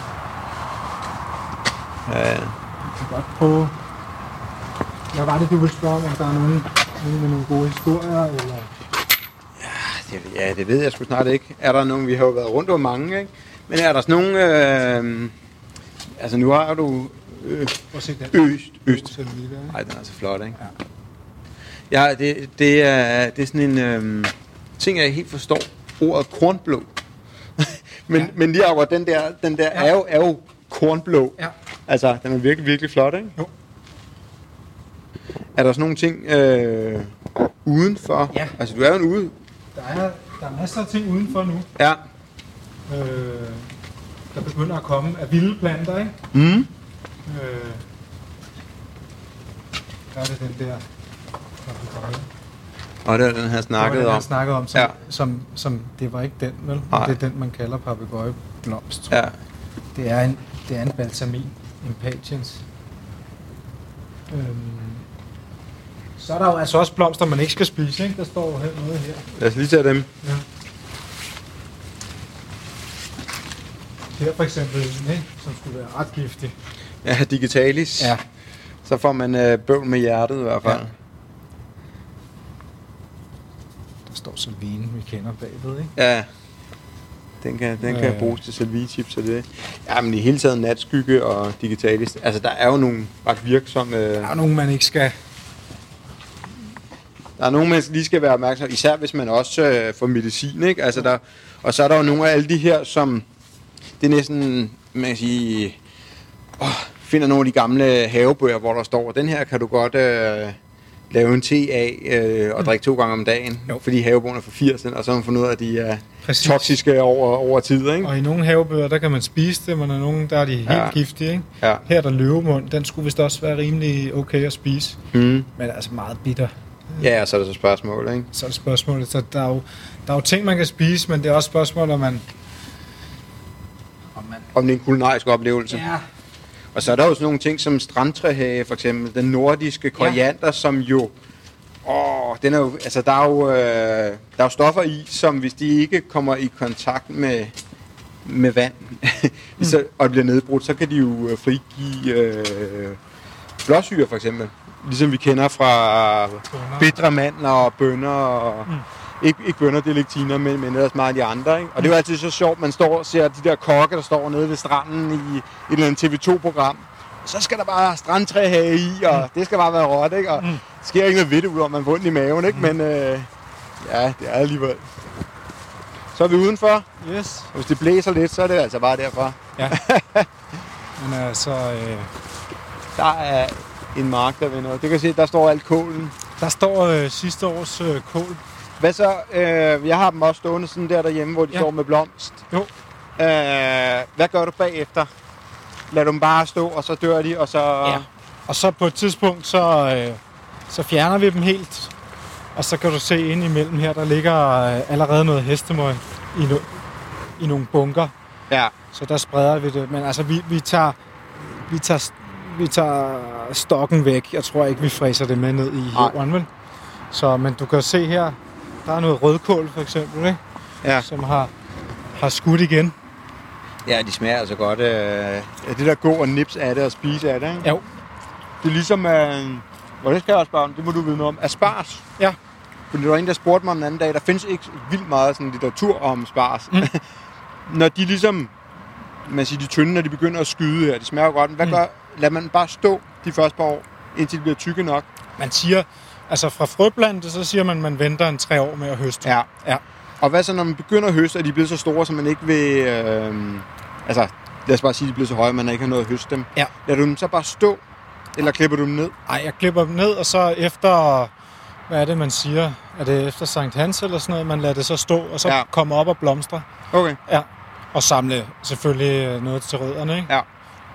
Ja, ja. Jeg kan godt prøve... Hvad var det, du ville spørge om? Om der er nogen, nogen med nogle gode historier, eller... Ja, det, ja, det ved jeg sgu snart ikke. Er der nogen, vi har jo været rundt om mange, ikke? Men er der sådan nogen... Øh, altså, nu har du... Øh, øst, øst. Nej, den er altså flot, ikke? Ja, ja det, det, er, det er sådan en øh, ting, jeg ikke helt forstår. Ordet kornblå. men, ja. men lige over den der, den der ja. er, jo, er jo kornblå. Ja. Altså, den er virkelig, virkelig flot, ikke? Jo. Er der sådan nogle ting øh, udenfor? Ja. Altså, du er jo en ude. Der er, der er masser af ting udenfor nu. Ja. Øh, der begynder at komme af vilde planter, ikke? Mm. Øh, der er det den der... Og det er den her snakket om. Den snakket om, som, ja. som, som... Det var ikke den, vel? Nej. Det er den, man kalder papegøjeblomst. Ja. Det er en, det er en balsamin. En patiens. Øhm, så er der jo altså også blomster, man ikke skal spise, ikke? Der står jo her noget her. Lad os lige tage dem. Ja. Her for eksempel, ikke? Som skulle være ret giftig. Ja, digitalis. Ja. Så får man øh, bøvl med hjertet i hvert fald. Ja. Der står Salvine, vi kender bagved, ikke? Ja. Den kan, den kan øh. bruges til salviechips og det. Ja, men i hele taget natskygge og digitalis. Altså, der er jo nogle ret virksomme... Der er nogle, man ikke skal... Der er nogle, man lige skal være opmærksom, især hvis man også øh, får medicin, ikke? Altså, der, og så er der jo nogle af alle de her, som... Det er næsten, man kan sige... Åh, finder nogle af de gamle havebøger, hvor der står, den her kan du godt øh, lave en te af øh, og drikke to gange om dagen. Jo. Fordi havebogen er fra firserne, og så har man fundet ud af, at de er Præcis. toksiske over, over tid, ikke? Og i nogle havebøger, der kan man spise det, men i nogle, der er de helt ja. giftige, ikke? Ja. Her er der løvemund, den skulle vist også være rimelig okay at spise. Mm. Men altså meget bitter. Ja, og så er det så spørgsmål, ikke? Så er det spørgsmålet. Så der er jo, der er jo ting, man kan spise, men det er også spørgsmål, om man... Om, man... om det er en kulinarisk oplevelse. Ja. Og så er der jo sådan nogle ting som strandtræhage, for eksempel. Den nordiske koriander, ja. som jo... Åh, den er jo... Altså, der er jo, øh, der er jo stoffer i, som hvis de ikke kommer i kontakt med, med vand, mm. så, og bliver nedbrudt, så kan de jo frigive øh, blåsyre, for eksempel. Ligesom vi kender fra bitre mandler og bønner og... Mm. Ikke, ikke bønner, det er lektiner, men, men ellers meget af de andre, ikke? Og det er jo altid så sjovt, man står og ser de der kokke, der står nede ved stranden i et eller andet T V to-program. Så skal der bare strandtræhage i, og mm. det skal bare være råt, ikke? Og mm. det sker ikke noget ved det, ud om man får ondt i maven, ikke? Mm. Men øh, ja, det er alligevel. Så er vi udenfor. Yes. Og hvis det blæser lidt, så er det altså bare derfra. Ja. Men altså... Øh... Der er en mark, der vender. Det kan se, der står alt kålen. Der står øh, sidste års øh, kål. Hvad så? Øh, jeg har dem også stående sådan der derhjemme, hvor de ja. står med blomst. Jo. Øh, hvad gør du bagefter? Lad dem bare stå, og så dør de, og så... Ja. Og så på et tidspunkt, så, øh, så fjerner vi dem helt. Og så kan du se ind imellem her, der ligger øh, allerede noget hestemøg i, no- i nogle bunker. Ja. Så der spreder vi det. Men altså, vi, vi, tager, vi, tager, vi tager stokken væk. Jeg tror ikke, vi fræser det med ned i jorden, vel? Så, men du kan se her, der er noget rødkål for eksempel, ikke? Ja. Som har, har skudt igen. Ja, de smager altså godt. Øh, det der gå og nips af det og spise af det, ikke? Jo. Det er ligesom, øh, hvor det skal jeg også spørge om, det må du vide noget om. Asparges. Ja. Fordi der var en, der spurgte mig den anden dag, der findes ikke vildt meget sådan litteratur om asparges. Mm. Når de ligesom, man siger, de tynde, når de begynder at skyde her, det smager godt. Hvad mm. gør, lad man bare stå de første par år, indtil de bliver tykke nok? Man siger, altså fra frøplante, så siger man, at man venter en tre år med at høste. Ja. Ja. Og hvad så, når man begynder at høste, er de blevet så store, så man ikke vil... Øh, altså, lad os bare sige, at de bliver så høje, at man ikke har noget at høste dem. Ja. Lader du dem så bare stå, eller klipper du dem ned? Nej, jeg klipper dem ned, og så efter... Hvad er det, man siger? Er det efter Sankt Hans eller sådan noget? Man lader det så stå, og så ja. komme op og blomstre. Okay. Ja. Og samle selvfølgelig noget til rødderne, ikke? Ja.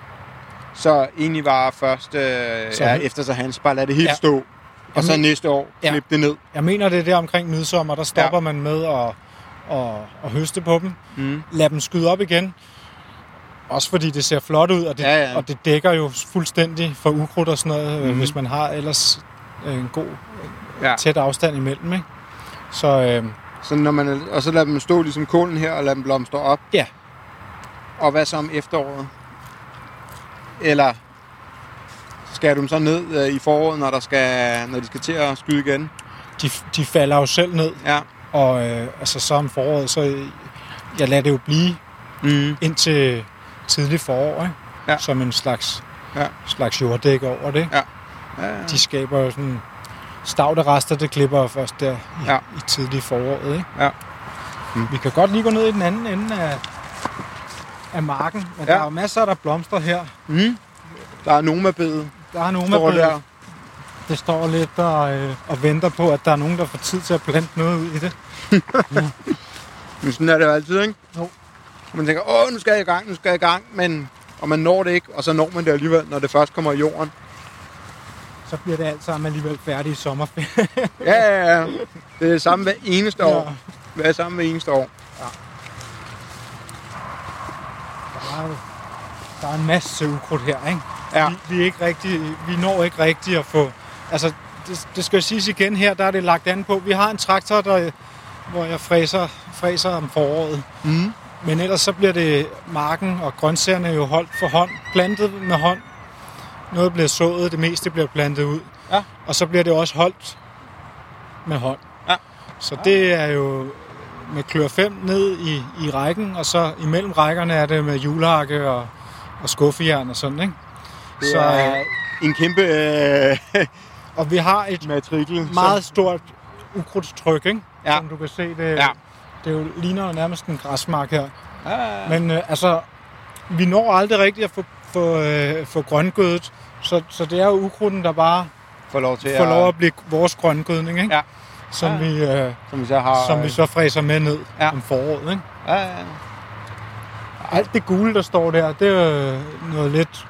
Så egentlig var først øh, så ja, efter Sankt Hans, bare lade det helt ja. stå. Og så næste år, klip ja. det ned. Jeg mener, det er der omkring midsommer, der stopper ja. man med at, at, at høste på dem. Mm. Lad dem skyde op igen. Også fordi det ser flot ud, og det, ja, ja. Og det dækker jo fuldstændig for ukrudt og sådan noget, mm. hvis man har ellers en god, ja. tæt afstand imellem, ikke? Så, øh, så når man, og så lader dem stå ligesom kålen her, og lade dem blomstre op? Ja. Og hvad så om efteråret? Eller... Skal du dem så ned øh, i foråret, når, der skal, når de skal til at skyde igen? De, de falder jo selv ned. Ja. Og øh, altså så om foråret, så jeg lader det jo blive mm. indtil tidlig forår, ikke? Ja. Som en slags, ja. slags jorddæk over det. Ja. Ja, ja. De skaber jo sådan stavte rester, det klipper jo først der i, ja. i tidlig foråret, ikke? Ja. Mm. Vi kan godt lige gå ned i den anden ende af, af marken, men ja. der er jo masser, der blomstrer her. Mm. Der er nomabedet. Der er nogen, der der. Det står lidt og, øh, og venter på, at der er nogen, der får tid til at plante noget ud i det. Ja. Men sådan er det jo altid, ikke? Jo. Man tænker, åh, nu skal jeg i gang, nu skal jeg i gang, men og man når det ikke, og så når man det alligevel, når det først kommer i jorden. Så bliver det alt sammen alligevel færdigt i sommerferien. Ja, ja, ja. Det er det samme hver eneste år. Ja. Det er det samme hver eneste år. Ja. Der er, der er en masse ukrudt her, ikke? Ja. Vi, vi, er ikke rigtig, vi når ikke rigtig at få... Altså, det, det skal jo siges igen her, der er det lagt an på. Vi har en traktor, der, hvor jeg fræser, fræser om foråret. Mm. Men ellers så bliver det marken og grøntsagerne jo holdt for hånd, plantet med hånd. Noget bliver sået, det meste bliver plantet ud. Ja. Og så bliver det også holdt med hånd. Ja. Så det er jo med klør fem ned i, i rækken, og så imellem rækkerne er det med hjulhakke og, og skuffejern og sådan, ikke? Det så, er en kæmpe øh, og vi har et matrikel. meget stort ukrudtstryk, ikke? Ja. Som du kan se, det, Ja. det jo ligner jo nærmest en græsmark her. Ja, ja, ja. Men øh, altså, vi når aldrig rigtigt at få, få, øh, få grøngødet, så, så det er jo ukrudten, der bare får lov til får at... lov at blive vores grøngødning, ikke? Ja. Som, Ja. vi, øh, Som vi så har... som vi så fræser med ned Ja. om foråret, ikke? Ja, ja, ja. Alt det gule, der står der, det er øh, noget lidt...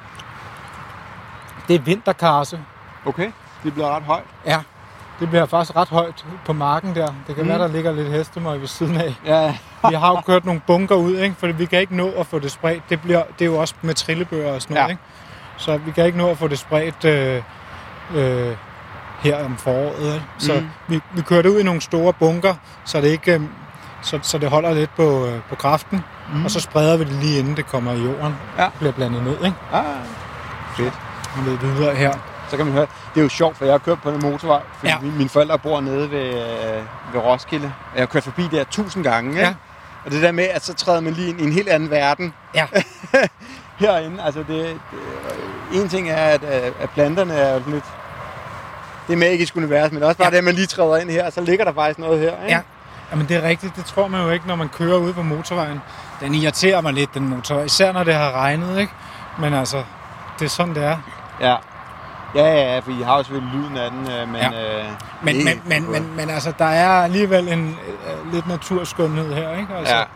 Det er vinterkarse. Okay, det bliver ret højt. Ja, det bliver faktisk ret højt på marken der. Det kan Mm. være, der ligger lidt hestemøg ved siden af. Ja, Vi har jo kørt nogle bunker ud, ikke? For vi kan ikke nå at få det spredt. Det, bliver, det er jo også med trillebøger og sådan noget, Ja. ikke? Så vi kan ikke nå at få det spredt øh, øh, her om foråret. Ikke? Så Mm. vi, vi kører det ud i nogle store bunker, så det ikke... Øh, så, så det holder lidt på, øh, på kraften. Mm. Og så spreder vi det lige inden det kommer i jorden. Ja. Det bliver blandet ned, ikke? ja. Fedt. Lidt videre her. Så kan man høre, det er jo sjovt, for jeg har kørt på en motorvej, fordi Ja. ja. mine forældre bor nede ved, øh, ved Roskilde, og jeg har kørt forbi der tusind gange, ikke? Ja. Og det der med, at så træder man lige ind i en helt anden verden Ja. herinde. Altså, det, det, en ting er, at, at planterne er jo lidt... Det er magisk univers, men også bare Ja. det, at man lige træder ind her, og så ligger der faktisk noget her, ikke? Ja. Jamen det er rigtigt, det tror man jo ikke, når man kører ude på motorvejen. Den irriterer mig lidt, den motorvej, især når det har regnet, ikke? Men altså, det er sådan, det er. Ja, ja, ja, for I har jo selvfølgelig lyden af den, øh, men... Ja. Øh, Men, det- men, men, men, men altså, der er alligevel en øh, lidt naturskønhed her, ikke? Altså, Ja.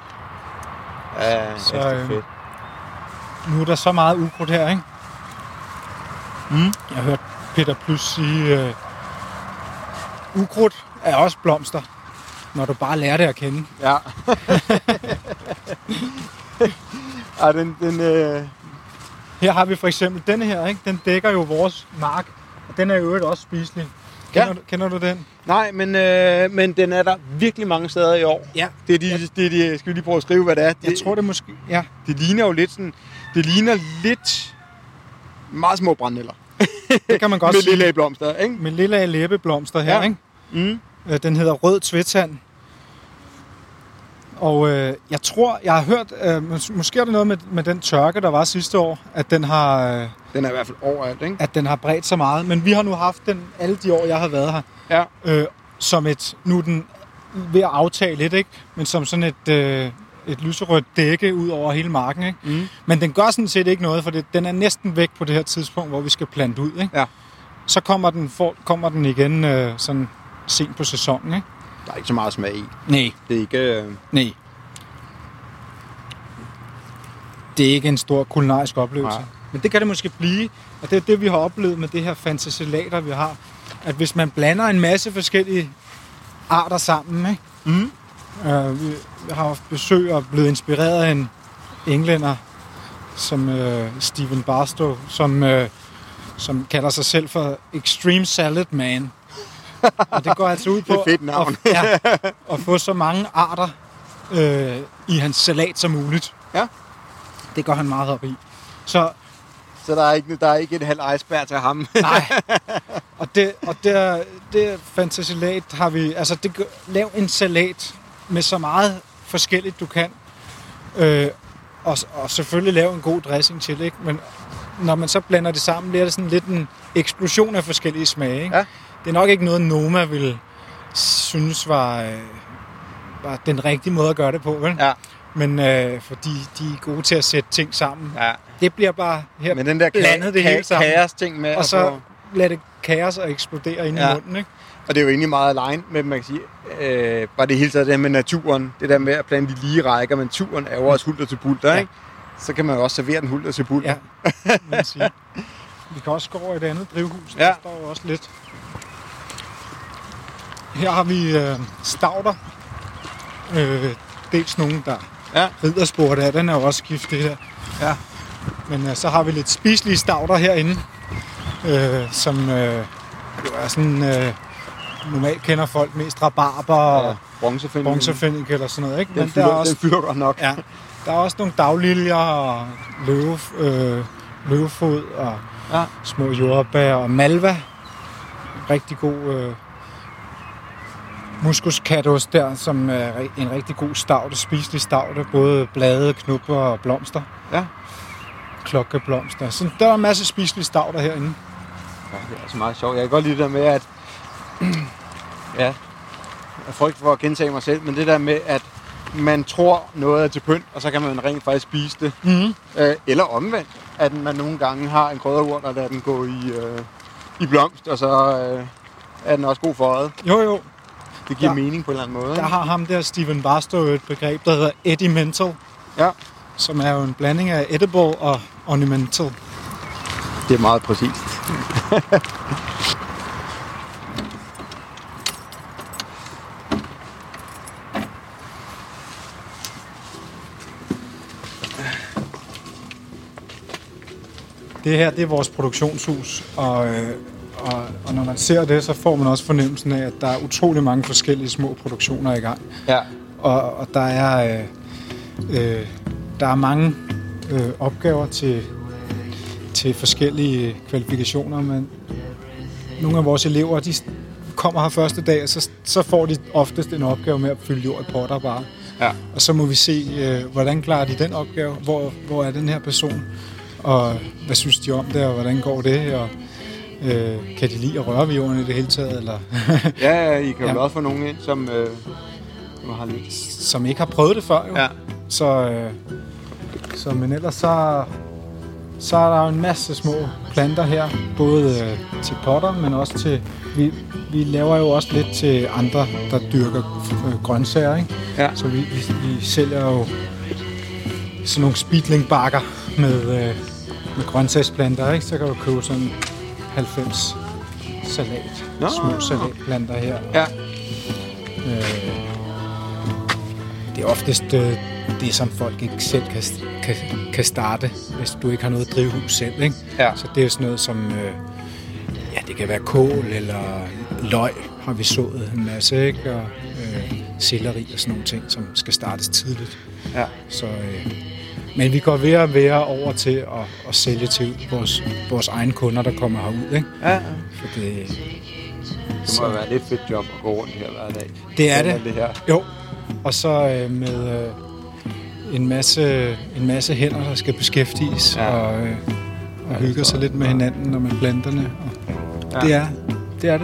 Ja, Så, så, det er øh, fedt. Nu er der så meget ukrudt her, ikke? Mm. Jeg har hørt Peter Plys sige, øh, ukrudt er også blomster, når du bare lærer det at kende. Ja. Ej, den, den, øh... Her har vi for eksempel denne her, ikke? Den dækker jo vores mark, og den er jo øvrigt også spiselig. Kender, Ja. du, kender du den? Nej, men, øh, men den er der virkelig mange steder i år. Ja. Det er de, det er de, skal vi lige prøve at skrive, hvad det er? Det, Jeg tror det måske, ja. det ligner jo lidt sådan... Det ligner lidt... Meget små brændenælder. Det kan man godt Med sige. lille blomster, ikke? Med lilla læbeblomster her, Ja. ikke? Mm. Øh, Den hedder rød tvetand. Og øh, jeg tror, jeg har hørt, øh, mås- måske er det noget med, med den tørke, der var sidste år, at den har, øh, Den er i hvert fald overalt, ikke? at den har bredt så meget. Men vi har nu haft den alle de år, jeg har været her, Ja. øh, som et, nu er den ved at aftage lidt, ikke? Men som sådan et, øh, et lyserødt dække ud over hele marken, ikke? Mm. Men den gør sådan set ikke noget, for det, den er næsten væk på det her tidspunkt, hvor vi skal plante ud, ikke? Ja. Så kommer den, for, kommer den igen øh, sådan sent på sæsonen, ikke? Der er ikke så meget smag i. Nej. Det er ikke... Øh... Nej. Det er ikke en stor kulinarisk oplevelse. Nej. Men det kan det måske blive, og det er det, vi har oplevet med det her fantaselater, vi har. At hvis man blander en masse forskellige arter sammen, ikke? Mm. Uh, vi, vi har haft besøg og blevet inspireret af en englænder, som uh, Stephen Barstow, som, uh, som kalder sig selv for Extreme Salad Man. Og det går altså ud på Det er et fedt navn. At, ja, at få så mange arter øh, i hans salat som muligt. Ja. Det går han meget op i. Så Så der er ikke, der er ikke et halvt iceberg til ham. nej. Og det, og det, det fantasalat har vi... Altså, det, gør- lav en salat med så meget forskelligt, du kan. Øh, og, og selvfølgelig lave en god dressing til, ikke? Men når man så blander det sammen, bliver det sådan lidt en eksplosion af forskellige smage, ikke? Ja. Det er nok ikke noget, Noma ville synes var, øh, var den rigtige måde at gøre det på, vel? Ja. Men øh, fordi de er gode til at sætte ting sammen. Ja. Det bliver bare her Men den der blandet det hele sammen. kaos ting med... og at så få- lad det kaos og eksplodere ind Ja. i munden, ikke? Og det er jo egentlig meget line med, man kan sige, øh, bare det hele taget det her med naturen, det der med at plante de lige rækker, men turen er jo også hulter til bulter, Ja. ikke? Så kan man jo også servere den hulter til bulter. Ja, må man sige. Vi kan også gå over i et andet drivhus. Ja. Der står jo også lidt. Her har vi øh, stauder. Øh, dels nogen, der Ja. ridderspor der. Den er jo også giftig her. Ja. Men øh, så har vi lidt spiselige stauder herinde, øh, som øh, jo er sådan... Øh, normalt kender folk mest rabarber og Bronzefinding. bronzefennik eller sådan noget, ikke? Den Men der er fylder, også den fylder godt nok. Ja, Der er også nogle dagliljer og løve, øh, løvefod og ja. små jordbær og malva. Rigtig god øh, muskuskatos der, som er en rigtig god stavte, spiselig stavte. Både blade, knupper og blomster. Ja. Klokkeblomster. Så der er en masse spiselige stavter herinde. Ja, det er altså meget sjovt. Jeg kan godt lide det der med, at ja, jeg frygt for at gentage mig selv, men det der med, at man tror noget er til pynt, og så kan man rent faktisk spise det. Mm-hmm. Øh, eller omvendt, at man nogle gange har en krydderurt, og lader den gå i, øh, i blomst, og så øh, er den også god for øjet. Jo, jo. Det giver ja. mening på en eller anden måde. Der har ham der, Stephen Barstow, et begreb, der hedder edimental, ja. som er jo en blanding af edible og ornamental. Det er meget præcist. Det her, det er vores produktionshus, og, øh, og, og når man ser det, så får man også fornemmelsen af, at der er utrolig mange forskellige små produktioner i gang. Ja. Og, og der er øh, øh, der er mange øh, opgaver til, til forskellige kvalifikationer, men nogle af vores elever, de kommer her første dag, og så, så får de oftest en opgave med at fylde jord i potter bare. Ja. Og så må vi se, øh, hvordan klarer de den opgave, hvor, hvor er den her person, og hvad synes de om det, og hvordan går det, og øh, kan de lide at røre ved jorden i det hele taget, eller? ja, ja, I kan jo ja. også få nogen ind, som, øh, har lidt. som ikke har prøvet det før, jo. Ja. Så, øh, så, men ellers så, så er der jo en masse små planter her, både øh, til potter, men også til, vi, vi laver jo også lidt til andre, der dyrker øh, grøntsager, ikke? Ja. Så vi, vi, vi sælger jo sådan nogle speedlingbakker med, øh, med grøntsagsplanter, ikke? Så kan du købe sådan halvfems salat, Nå. små salatplanter her. Ja. Øh, det er oftest øh, det, som folk ikke selv kan, kan, kan starte, hvis du ikke har noget drivhus selv, ikke? Ja. Så det er sådan noget som, øh, ja, det kan være kål eller løg, har vi sået en masse, ikke? Og øh, selleri og sådan nogle ting, som skal startes tidligt. Ja. Så, øh, men vi går ved at være over til at, at sælge til vores, vores egne kunder, der kommer herud, ikke? Ja. For det, det må jo være lidt fedt job at gå rundt her hver dag. Det er det. det her. Jo. Og så øh, med øh, en masse en masse hænder, der skal beskæftiges, ja. og, øh, og hygge sig lidt med hinanden og med planterne. Og ja. Det er det er det.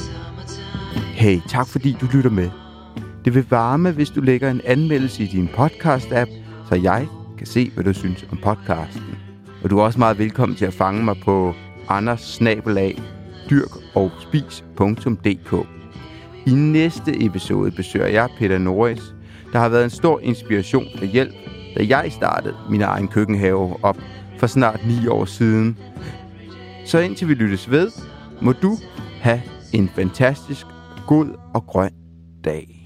Hey, tak fordi du lytter med. Det vil varme, hvis du lægger en anmeldelse i din podcast-app, så jeg kan se, hvad du synes om podcasten. Og du er også meget velkommen til at fange mig på anders snabel-a dyrk og spis punktum d k. I næste episode besøger jeg Peter Norris, der har været en stor inspiration og hjælp, da jeg startede min egen køkkenhave op for snart ni år siden. Så indtil vi lyttes ved, må du have en fantastisk god og grøn dag.